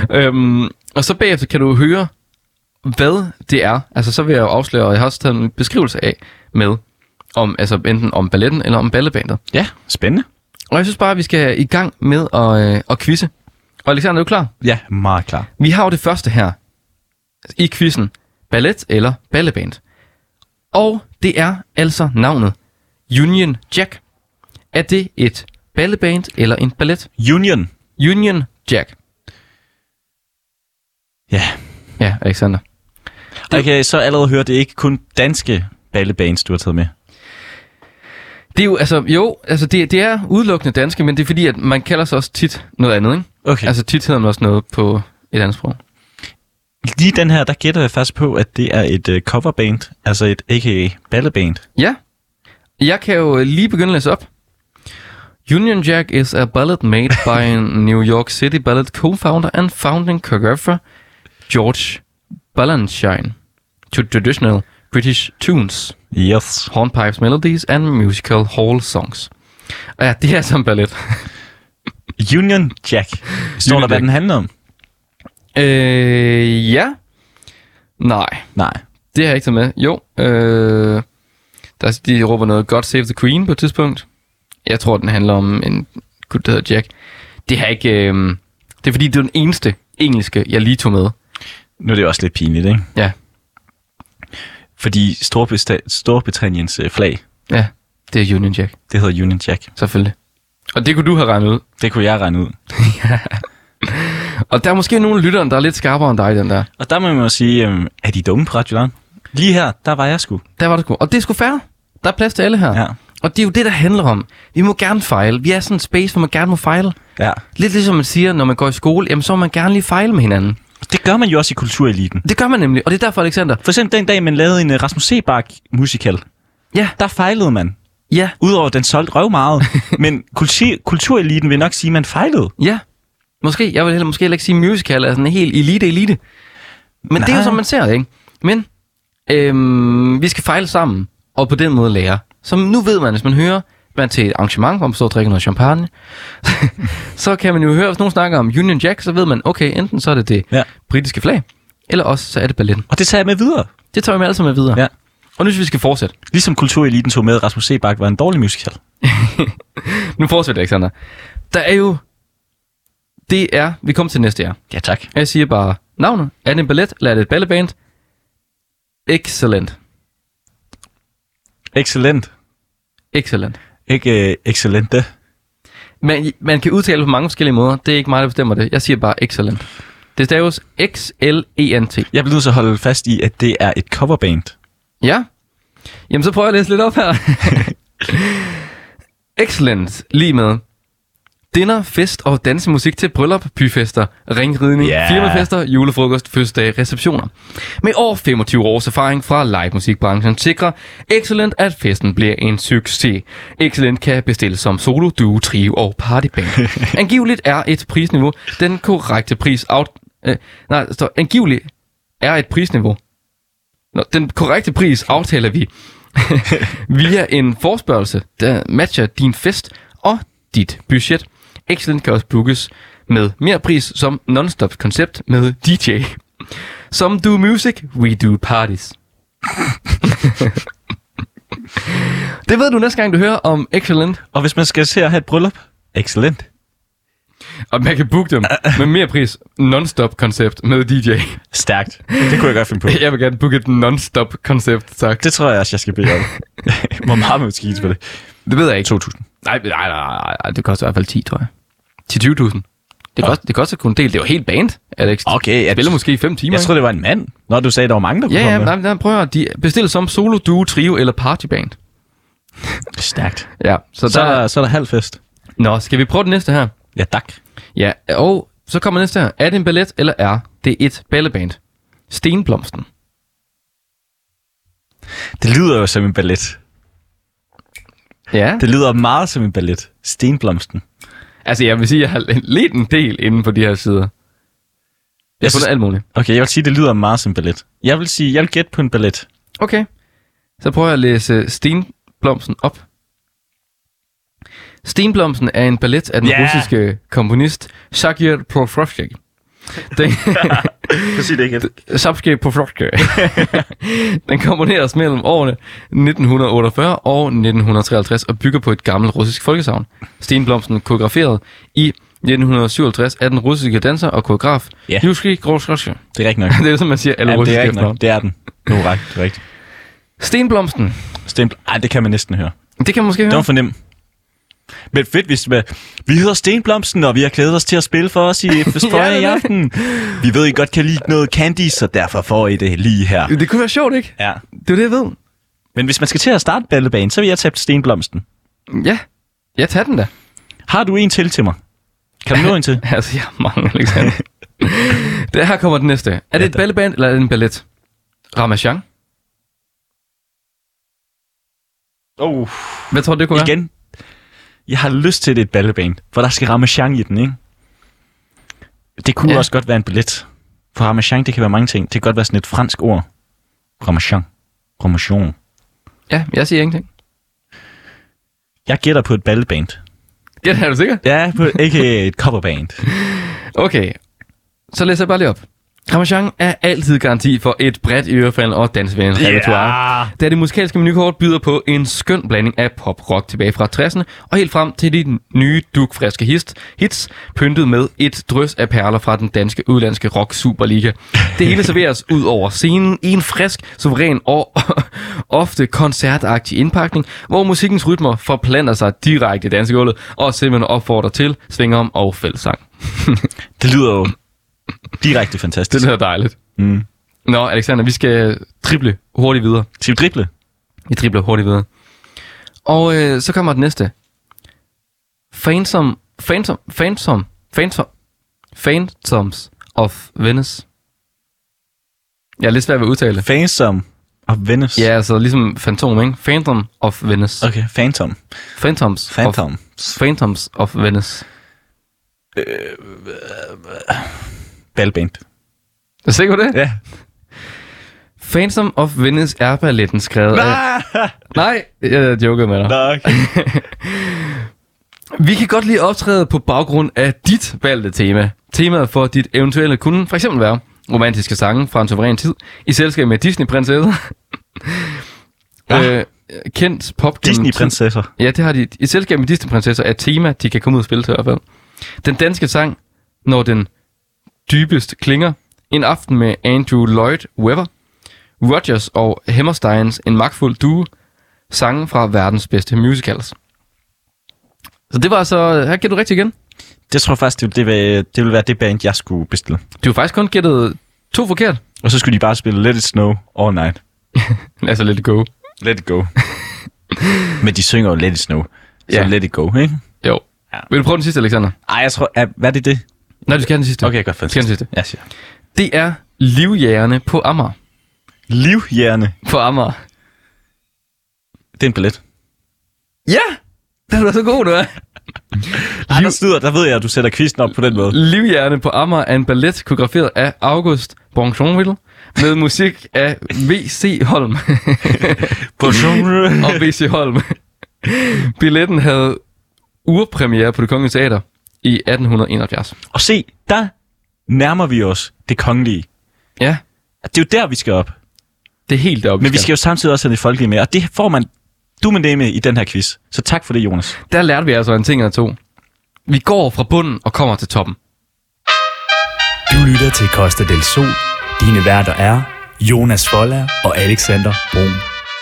Og så bagefter kan du høre, hvad det er. Altså så vil jeg jo afsløre, og jeg har også taget en beskrivelse af med, om, altså enten om balletten eller om ballebandet. Ja, spændende. Og jeg synes bare, at vi skal i gang med at quizze. Og Alexander, er du klar? Ja, meget klar. Vi har jo det første her i quizzen. Ballet eller balleband. Og det er altså navnet Union Jack. Er det et balleband eller en ballet? Union. Union Jack. Ja. Ja, Alexander. Og jeg så allerede høre, det er ikke kun danske ballebands, du har taget med. Det er jo, altså det er udelukkende danske, men det er fordi, at man kalder sig også tit noget andet, ikke? Okay. Altså tit hedder man også noget på et andet sprog. Lige den her, der gætter jeg faktisk på, at det er et coverband, altså et a.k.a. balleband. Ja. Jeg kan jo lige begynde at læse op. Union Jack is a ballad made by a New York City ballad co-founder and founding choreographer George Balanchine to traditional British tunes, Yes. hornpipes melodies and musical hall songs. Og ja, det er som ballet. Union Jack. Står der, hvad den handler om? Ja. Nej, Nej. det har jeg ikke taget med. Jo, de råber noget God Save the Queen på et tidspunkt. Jeg tror, den handler om en gut, der hedder Jack. Det har ikke... det er fordi, det er den eneste engelske, jeg lige tog med. Nu er det også lidt pinligt, ikke? Ja. Fordi Storbritanniens flag, Ja, det er Union Jack, det hedder Union Jack. selvfølgelig. Og det kunne du have regnet ud. Det kunne jeg regne ud. Og der er måske nogle af lytterne, der er lidt skarpere end dig, den der. Og der må man jo sige, er de dumme på Radio Loud? Lige her, der var jeg sgu. Der var det sgu. Og det er sgu fair. Der er plads til alle her. Ja. Og det er jo det, der handler om. Vi må gerne fejle. Vi er sådan en space, hvor man gerne må fejle. Ja. Lidt ligesom man siger, når man går i skole, jamen så må man gerne lige fejle med hinanden. Det gør man jo også i kultureliten. Det gør man nemlig, og det er derfor, Alexander. For eksempel den dag, man lavede en Rasmus Sebak musical, Ja, der fejlede man. ja, Udover at den solgte røv meget. Men kultureliten vil nok sige, at man fejlede. ja. Måske. Jeg vil måske heller ikke sige musical er sådan en helt elite. Men det er jo Nej. som man ser det, ikke? Men vi skal fejle sammen, og på den måde lære. Så nu ved man, hvis man hører man til et arrangement, hvor man står og drikker noget champagne, så kan man jo høre, hvis nogen snakker om Union Jack, så ved man, okay, enten så er det Ja. britiske flag, eller også så er det balletten. Og det tager jeg med videre. Det tager vi med alle sammen med videre. Ja. Og nu synes vi skal fortsætte. Ligesom kultureliten tog med, at Rasmus Sebak var en dårlig musical. Nu fortsætter Alexander. Der er jo... vi kommer til næste år. Ja, tak. Jeg siger bare navnet. Er det en ballet, eller er det et balleband? Excellent. Excellent. Excellent. Ikke excellente. Man kan udtale det på mange forskellige måder. Det er ikke mig, der bestemmer det. Jeg siger bare excellent. Det staves X-L-E-N-T. Jeg bliver nødt til at holde fast i, at det er et coverband. Ja. Jamen, så prøver jeg at læse lidt op her. Excellent. Lige med dinner, fest og dansemusik til bryllup, byfester, ringridning, Ja. firmafester, julefrokost, fødselsdag, receptioner. Med over 25 års erfaring fra live-musikbranchen sikrer Excellent, at festen bliver en succes. Excellent kan bestilles som solo, duo, trio og partyband. Angiveligt er et prisniveau den korrekte pris angiveligt er et prisniveau. Den korrekte pris aftaler vi via en forspørgsel, der matcher din fest og dit budget. Excellent kan også bookes med mere pris som non-stop koncept med DJ. Som do music, we do parties. Det ved du næste gang, du hører om Excellent. Og hvis man skal se at have et bryllup, excellent. Og man kan booke dem med mere pris non-stop koncept med DJ. Stærkt. Det kunne jeg godt finde på. Jeg vil gerne booke et non-stop koncept, tak. Det tror jeg også, jeg skal bede om. Hvor meget må vi på det? Det ved jeg ikke. 2.000. Nej, det koster i hvert fald 10, tror jeg. Til 20.000. Det koster kun en del. Det var helt band, Alex. Okay, Jeg spiller måske i 5 timer. Jeg tror det var en mand, når du sagde, der var mange, der kunne Ja, komme med. nej, prøv at de bestiller som solo, duo, trio eller partyband. Stærkt. Ja, Så er der halv fest. Nå, skal vi prøve det næste her? Ja, tak. Ja, og så kommer næste her. Er det en ballet, eller er det et balleband? Stenblomsten. Det lyder jo som en ballet. Ja, Det lyder meget som en ballet. Stenblomsten. altså jeg vil sige, at jeg har lidt en del inde på de her sider. Jeg har synes- fundet alt muligt. Okay, jeg vil sige, det lyder meget som en ballet. Jeg vil gætte på en ballet. Okay, så prøver jeg at læse Stenblomsten op. Stenblomsten er en ballet af den russiske komponist Sergej Prokofjev. Kan sige det igen. Sergej Prokofjev. Den komponeres mellem årene 1948 og 1953 og bygger på et gammelt russisk folkesagn. Stenblomsten koreograferet i 1957 af den russiske danser og koreograf Yusri Grosjev. Det er rigtigt nok. Det er som man siger, alle Jamen, det russiske er rigtigt efternavn. nok. Det er den. Nu er det er rigtigt. Stenblomsten. Ej, det kan man næsten høre. Det kan man måske Det høre. var for nemt. Men fedt, hvis vi hedder Stenblomsten, og vi har klædet os til at spille for os i Festøje i aften. Vi ved, I godt kan lide noget candy, så derfor får I det lige her. Det kunne være sjovt, ikke? Ja. Det er det, jeg ved. Men hvis man skal til at starte ballebanen, så vil jeg tage Stenblomsten. Ja, jeg tager den da. Har du en til mig? Kan du nå en til? Altså, jeg har mange, Alexander. Det her kommer den næste. Er det et balleband, eller er det en ballet? Ramachan. Hvad tror du, det kunne være? Igen. Jeg har lyst til, at det er et balleband, for der skal Ramachan i den, ikke? Det kunne også godt være en billet. For Ramachan, det kan være mange ting. Det kan godt være sådan et fransk ord. Ramachan. Ja, jeg siger ingenting. Jeg gætter på et balleband. Ja, er du sikker? Ja, ikke et coverband. Okay, så læser jeg bare lige op. Ramachan er altid garanti for et bredt ørefald og danseværende repertoire. Da det musikalske menukort byder på en skøn blanding af pop-rock tilbage fra 60'erne og helt frem til de nye dugfriske hits, pyntet med et drøs af perler fra den danske udlandske rock superliga. Det hele serveres ud over scenen i en frisk, suveræn og ofte koncertagtig indpakning, hvor musikkens rytmer forplanter sig direkte i dansegulvet og simpelthen opfordrer til svingom og fællessang. Det lyder jo direkte fantastisk. Det lyder dejligt. Mm. Nå, Alexander, vi skal drible hurtigt videre. Skal vi drible? Vi dribler hurtigt videre. Og så kommer det næste. Phantoms of Venice. Jeg er lidt svært ved at udtale det. Phantom of Venice. Ja, altså ligesom Phantom, ikke? Phantom of Venice. Okay, Phantom. Phantoms of Venice. Ballband. Er du sikker på det? Ja. Phantom of Venice er balletten skrevet af... Nej, jeg jokede med dig. Nå, okay. Vi kan godt lide optræde på baggrund af dit valgte tema. Temaet for dit eventuelle kunne for eksempel være romantiske sange fra en suveræn tid, i selskab med Disney-prinsesser. Kendt pop. Disney-prinsesser? Ja, det har de. I selskab med Disney-prinsesser er et tema, de kan komme ud og spille til i hvert fald. Den danske sang, når den dybest klinger. En aften med Andrew Lloyd Webber, Rodgers og Hammersteins En magtfuld duo. Sangen fra verdens bedste musicals. Så det var altså... Her gætter du rigtigt igen. Det tror jeg faktisk, det ville være det band, jeg skulle bestille. Du har faktisk kun gættet 2 forkert. Og så skulle de bare spille Let It Snow All Night. Altså Let It Go. Let It Go. Men de synger jo Let It Snow. Så Ja. Let It Go, ikke? Jo. Ja. Vil du prøve den sidste, Alexander? Ej, jeg tror... Hvad er det? Nej, du skal have den sidste. Okay, godt. Du skal have den sidste. Jeg siger. Det er Livjægerne på Amager. Livhjerne. På Amager. Det er en billet. Ja! Det er du så god, du er. Der ved jeg, at du sætter quizzen op på den måde. Livhjerne på Amager er en ballet koreograferet af August Bonchonville med musik af V.C. Holm. Og V.C. Holm. Billetten havde urpremiere på Det Kongelige Teater i 1871. Og se, der nærmer vi os det kongelige. Ja, Det er jo der, vi skal op. det er helt deroppe. Men vi skal jo samtidig også have det folkelige med, og det får man du med det med i den her quiz. Så tak for det, Jonas. Der lærte vi altså en ting eller to. Vi går fra bunden og kommer til toppen. Du lytter til Costa del Sol. Dine værter er Jonas Folla og Alexander Brun.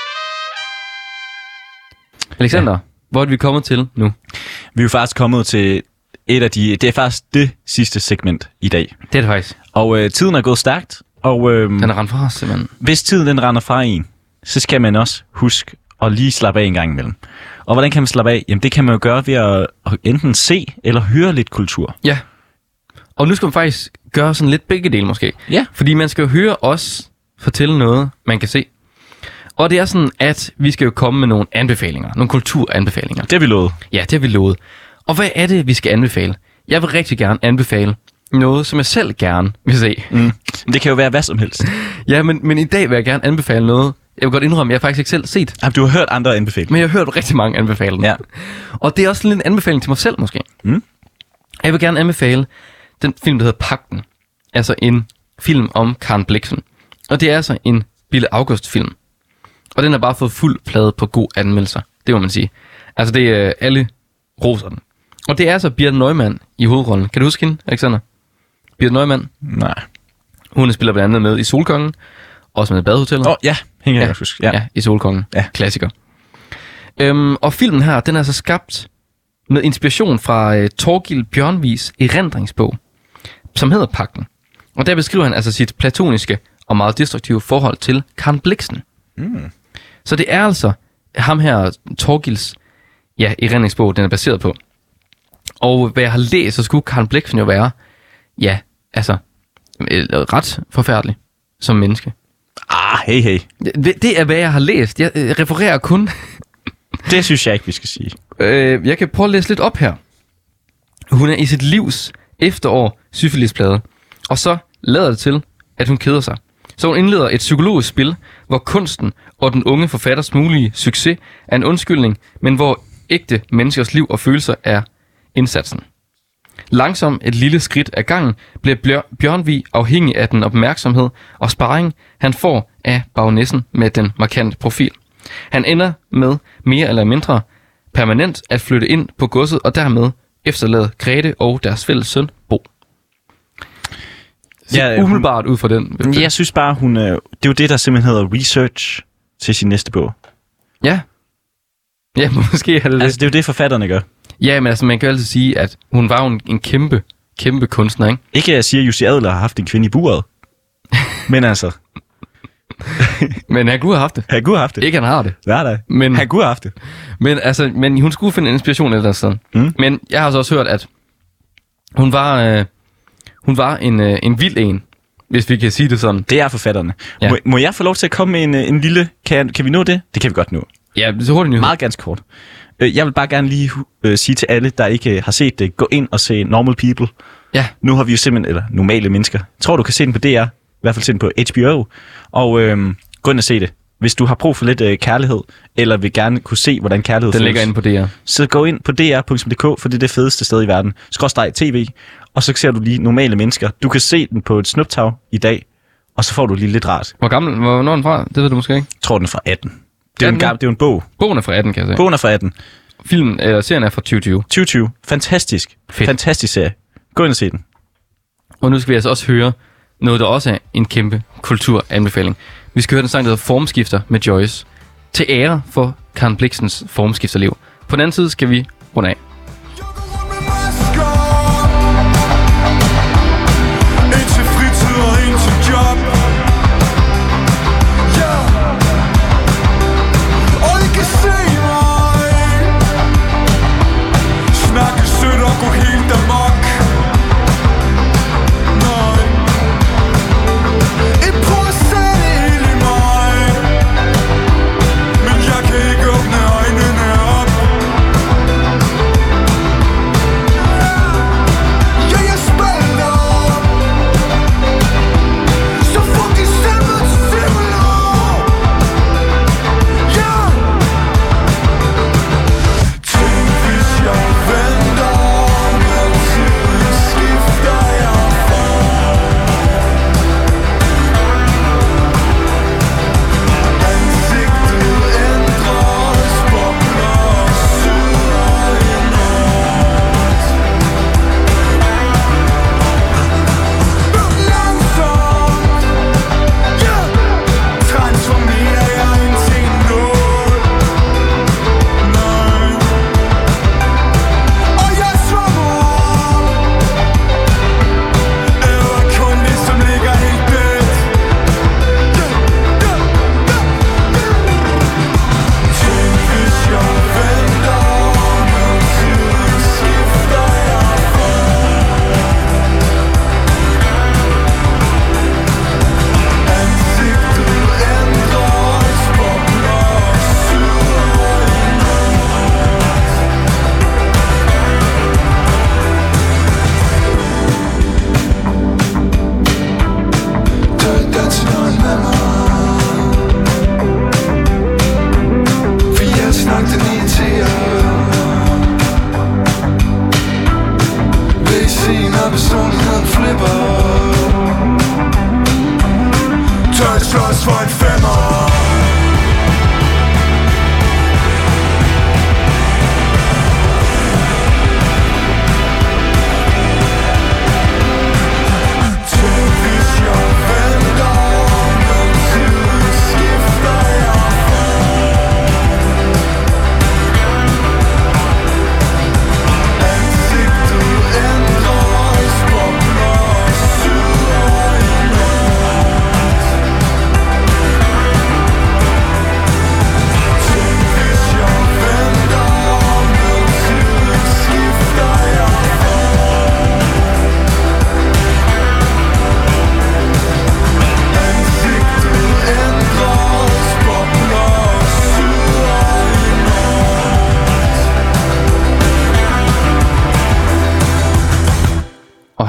Alexander, hvor er vi kommet til nu? Vi er jo faktisk kommet til et af de... Det er faktisk det sidste segment i dag. Det er det faktisk. Og tiden er gået stærkt, og Den er rendt fra os, simpelthen. hvis tiden den render fra en, så skal man også huske at lige slappe af en gang imellem. Og hvordan kan man slappe af? Jamen det kan man jo gøre ved at enten se eller høre lidt kultur. Ja. Og nu skal man faktisk gøre sådan lidt begge dele måske. Ja. Fordi man skal jo høre os fortælle noget, man kan se. Og det er sådan, at vi skal jo komme med nogle anbefalinger. Nogle kulturanbefalinger. Det har vi lovet. Ja, det har vi lovet. Og hvad er det, vi skal anbefale? Jeg vil rigtig gerne anbefale noget, som jeg selv gerne vil se. Men det kan jo være hvad som helst. Ja, men i dag vil jeg gerne anbefale noget. Jeg vil godt indrømme, at jeg faktisk ikke selv set. Jamen, du har hørt andre anbefale. Men jeg har hørt rigtig mange anbefale den. Ja. Og det er også lidt en anbefaling til mig selv måske. Mm. Jeg vil gerne anbefale den film, der hedder Pagten. Altså en film om Karen Blixen. Og det er altså en Bille August-film. Og den har bare fået fuld plade på god anmeldelser. Det må man sige. Altså det er alle roser den. Og det er altså Birthe Neumann i hovedrollen. Kan du huske hende, Alexander? Birthe Neumann. Nej. Hun spiller blandt andet med i Solkongen. Også med Badehotellet. Ja, hænger jeg huske. Ja, i Solkongen. Ja. Klassiker. Og filmen her, den er så skabt med inspiration fra Thorkild Bjørnvigs erindringsbog, som hedder Pagten. Og der beskriver han altså sit platoniske og meget destruktive forhold til Karen Blixen. Mm. Så det er altså ham her, Thorkilds erindringsbog, den er baseret på. Og hvad jeg har læst, så skulle Karen Blixen jo være, ret forfærdelig som menneske. Hey. Det er, hvad jeg har læst. Jeg refererer kun Det synes jeg ikke, vi skal sige. Jeg kan prøve at læse lidt op her. Hun er i sit livs efterår syfilisplade, og så lader det til, at hun keder sig. Så hun indleder et psykologisk spil, hvor kunsten og den unge forfatters mulige succes er en undskyldning, men hvor ægte menneskers liv og følelser er indsatsen. Langsomt et lille skridt ad gangen bliver Bjørnvig afhængig af den opmærksomhed og sparring, han får af baronessen med den markante profil. Han ender med mere eller mindre permanent at flytte ind på godset og dermed efterlade Grete og deres fælles søn Bo. Ja, umiddelbart ud fra den. Jeg synes bare, det er jo det, der simpelthen hedder research til sin næste bog. Ja. Ja, måske er det Altså, det er jo det, forfatterne gør. Ja, men altså, man kan jo altid sige, at hun var jo en kæmpe kunstner, ikke? Ikke at jeg siger, at Jussi Adler har haft en kvinde i buret. Men altså... Men han kunne have haft det. Han kunne have haft det. Ikke han har det. Nej. Men, han kunne have haft det. Men hun skulle finde inspiration et eller andet sted. Men jeg har så også hørt, at hun var en vild en, hvis vi kan sige det sådan. Det er forfatterne. Ja. Må jeg få lov til at komme med en lille... Kan vi nå det? Det kan vi godt nå. Ja, så hurtigt nyhed. Meget ganske kort. Jeg vil bare gerne lige sige til alle, der ikke har set det, gå ind og se Normal People. Ja. Nu har vi jo simpelthen, eller normale mennesker. Jeg tror, du kan se den på DR. I hvert fald se den på HBO. Og gå ind og se det. Hvis du har brug for lidt kærlighed, eller vil gerne kunne se, hvordan kærlighed den ligger inde på DR. Så gå ind på dr.dk, for det er det fedeste sted i verden. / TV, og så ser du lige normale mennesker. Du kan se den på et snuptag i dag, og så får du lige lidt rart. Hvornår er den fra? Det ved du måske ikke. Jeg tror, den er fra 18. Det er jo en bog. Bogen er fra 18, kan jeg sige. Bogen er fra 18. Serien er fra 2020. 2020. Fantastisk. Fedt. Fantastisk serie. Gå ind og se den. Og nu skal vi altså også høre noget, der også er en kæmpe kulturanbefaling. Vi skal høre den sang, der hedder Formskifter med Joyce. Til ære for Karen Blixens formskifterliv. På den anden side skal vi runde af.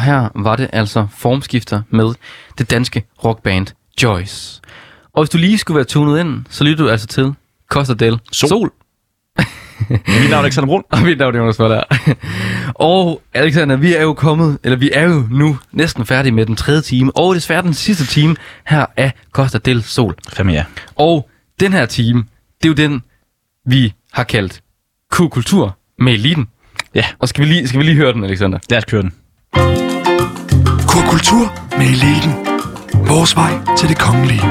her var det altså formskifter med det danske rockband Joyce. Og hvis du lige skulle være tunet ind, så lytter du altså til Costa del Sol. Mit navn er Alexander Brun. Og mit navn er Jonas Voller. Og Alexander, vi er jo nu næsten færdige med den 3. time, og desværre den sidste time her af Costa del Sol. Fandme ja. Og den her time, det er jo den, vi har kaldt Q-kultur med eliten. Ja. Og skal vi lige høre den, Alexander? Lad os køre den. Kultur med eliten. Vores vej til det kongelige.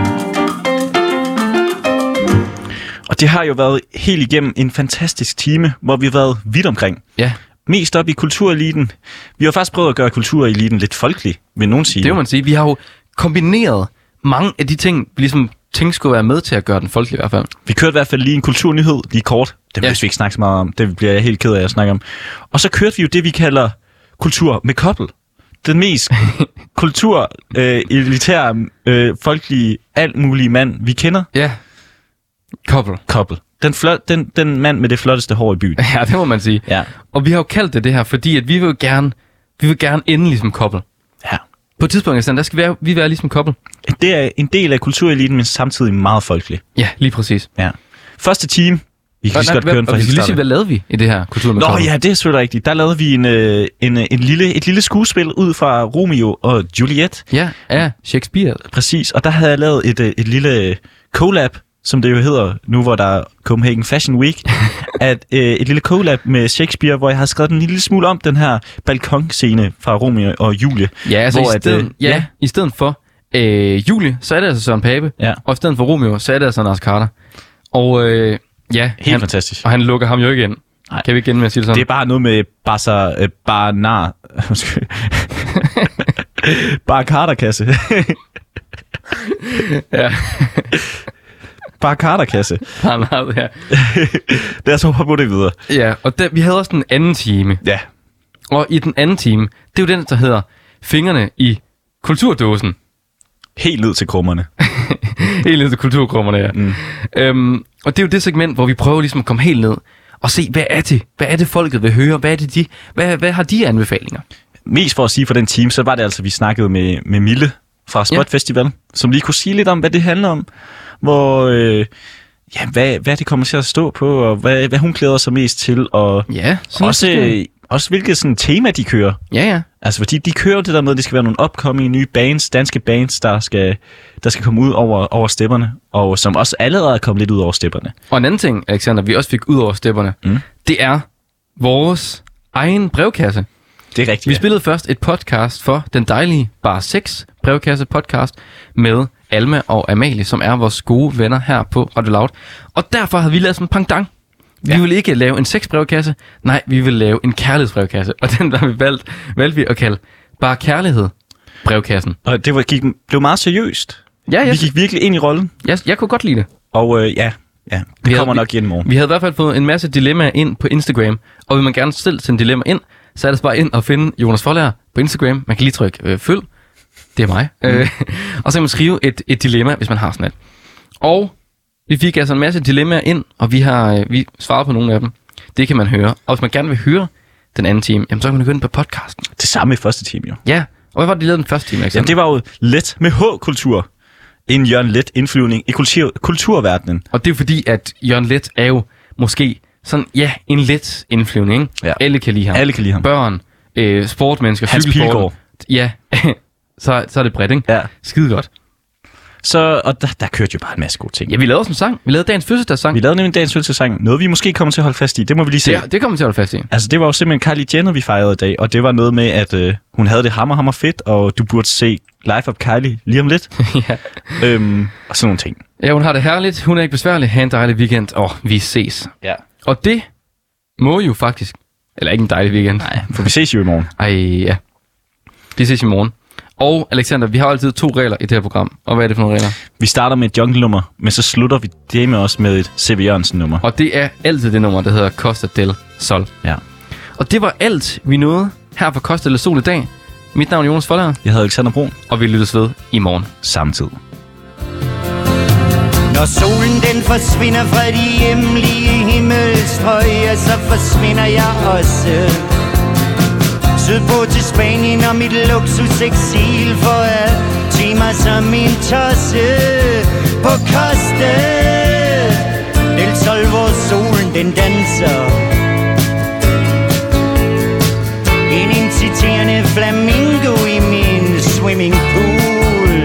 Og det har jo været helt igennem en fantastisk time, hvor vi har været vidt omkring. Ja. Mest op i kultureliten. Vi har faktisk prøvet at gøre kultureliten lidt folkelig, vil nogen sige. Det må man sige. Vi har jo kombineret mange af de ting, vi ligesom tænkte skulle være med til at gøre den folkelig i hvert fald. Vi kørte i hvert fald lige en kulturnyhed, lige kort. Det vil vi ikke snakke så meget om. Det bliver jeg helt ked af at snakke om. Og så kørte vi jo det, vi kalder kultur med kobbel. Den mest elitære, folkelige, alt mulige mand, vi kender. Ja. Kobbel. Den mand med det flotteste hår i byen. Ja, det må man sige. Ja. Og vi har jo kaldt det her, fordi at vi vil gerne ende ligesom Kobbel. Ja. På et tidspunkt, der skal vi være ligesom Kobbel. Det er en del af kultureliten, men samtidig meget folkelig. Ja, lige præcis. Ja. Første time. Vi kan lige godt køre den fra hele starten. Hvad lavede vi i det her kultur med Nå Kobbel? ja, det er selvfølgelig rigtigt. Der lavede vi et lille skuespil ud fra Romeo og Juliet. Ja, Shakespeare. Præcis, og der havde jeg lavet et lille collab, som det jo hedder nu, hvor der er Copenhagen Fashion Week, et lille collab med Shakespeare, hvor jeg har skrevet en lille smule om den her balkonscene fra Romeo og Julie. Ja, altså hvor i stedet for Julie, så er det altså Søren Pape, og i stedet for Romeo, så er det altså Lars Carter. Og helt fantastisk. Og han lukker ham jo ikke ind. Nej. Kan vi ikke ende med at sige det sådan? Det er bare noget med bare Carter-kasse. Ja. Bare Carter-kasse. Ja. Det er så på det videre. Ja, og vi havde også den anden time. Ja. Og i den anden time, det er jo den, der hedder Fingrene i kulturdåsen. Helt ned til krummerne. Helt ned til kulturkrummerne, ja. Og det er jo det segment, hvor vi prøver ligesom at komme helt ned og se, hvad er det folket vil høre? Hvad har de anbefalinger? Mest for at sige for den time, så var det altså, vi snakkede med Mille fra Spot Festival, som lige kunne sige lidt om, hvad det handler om. Hvor, hvad det kommer til at stå på, og hvad hun glæder sig mest til, og også hvilket sådan tema de kører. Ja. Altså fordi de kører det der med, at det skal være nogle upcoming nye bands, danske bands, der skal komme ud over stepperne, og som også allerede er kommet lidt ud over stepperne. Og en anden ting, Alexander, vi også fik ud over stepperne, det er vores egen brevkasse. Det er rigtigt. Vi spillede først et podcast for den dejlige Bar 6 brevkasse podcast med Alma og Amalie, som er vores gode venner her på Radio Loud. Og derfor havde vi lavet sådan en pendant. Vi ville ikke lave en sexbrevkasse, nej, vi ville lave en kærlighedsbrevkasse. Og den der valgte vi at kalde Bare Kærlighed brevkassen. Og det blev meget seriøst. Ja. Vi gik virkelig ind i rollen. Jeg kunne godt lide det. Og det kommer nok igen i morgen. Vi havde i hvert fald fået en masse dilemmaer ind på Instagram, og vil man gerne selv sende dilemmaer ind, så er det bare ind og finde Jonas Voller på Instagram. Man kan lige trykke følg. Det er mig. Og så kan man skrive et dilemma, hvis man har sådan et. Og vi fik altså en masse dilemmaer ind, og vi svarede på nogle af dem. Det kan man høre. Og hvis man gerne vil høre den anden time, jamen, så kan man høre den på podcasten. Det samme i første time, jo. Ja, og hvad var det, de lavede den første time, Alexander? Jamen, det var jo let med H-kultur. En Jørgen Let indflyvning i kulturverdenen. Og det er jo fordi, at Jørgen Let er jo måske sådan, en let indflyvning, ikke? Ja. Alle kan lide ham. Børn, sportmennesker, cykelsport. Ja, så er det bredt, ikke? Ja. Skide godt. Og der kørte jo bare en masse gode ting. Ja, vi lavede også en sang. Vi lavede dagens fødselsdagssang. Vi lavede nemlig dagens fødselsdagssang. Noget, vi måske kommer til at holde fast i. Det må vi lige se. Ja, det kommer vi til at holde fast i. Altså, det var jo simpelthen Kylie Jenner, vi fejrede i dag. Og det var noget med, at hun havde det hammer fedt, og du burde se Life of Kylie lige om lidt. Ja. Og sådan nogle ting. Ja, hun har det herligt. Hun er ikke besværlig. Ha' en dejlig weekend. Vi ses. Ja. Og det må jo faktisk... Eller ikke en dejlig weekend. Nej, for vi ses jo i morgen. Ja. Vi ses i morgen. Og Alexander, vi har altid 2 regler i det her program. Og hvad er det for nogle regler? Vi starter med et jungle-nummer, men så slutter vi det med også med et C.V. Jørgensen-nummer. Og det er altid det nummer, der hedder Costa del Sol. Ja. Og det var alt, vi nåede her på Costa del Sol i dag. Mit navn er Jonas Voller. Jeg hedder Alexander Brun. Og vi lyttes ved i morgen. Samtidig. Når solen den forsvinder fra de hjemlige himmelstrøg, så forsvinder jeg også. Sydpå til Spanien og mit luksuseksil for at tage mig som en tosse på Costa del Sol, hvor solen den danser. En inciterende flamingo i min swimmingpool.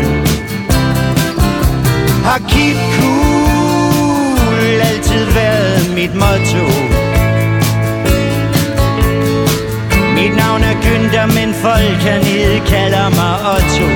Har keep cool altid været mit motto. Mit navn er Günther, men folk hernede kalder mig Otto.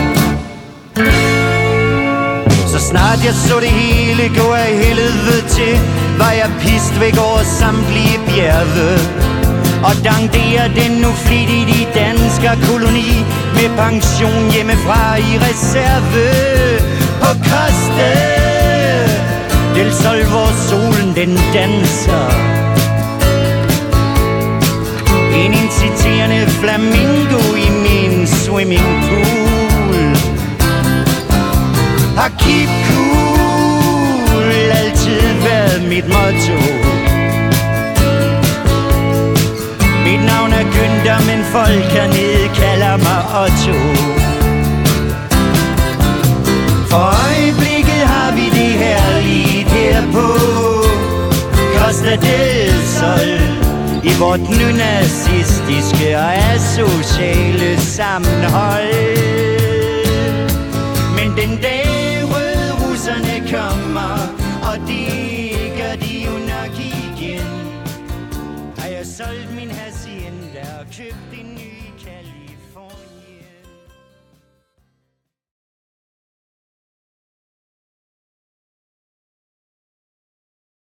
Så snart jeg så det hele gå af helvede til, var jeg pist væk over samtlige bjerge. Og dankderer den nu flittigt i danskerkoloni, med pension hjemmefra i reserve på Costa del Sol, hvor solen den danser. En inciterende flamingo i min swimmingpool. Har keep cool altid været mit motto. Mit navn er Günther, men folk hernede kalder mig Otto. For øjeblikket har vi det herligt her på Costa del Sol, i vort nynazistiske og asociale sammenhold. Men den dag rødrusserne kommer, og det gør de jo nok igen, har jeg solgt min hacienda og købt en ny.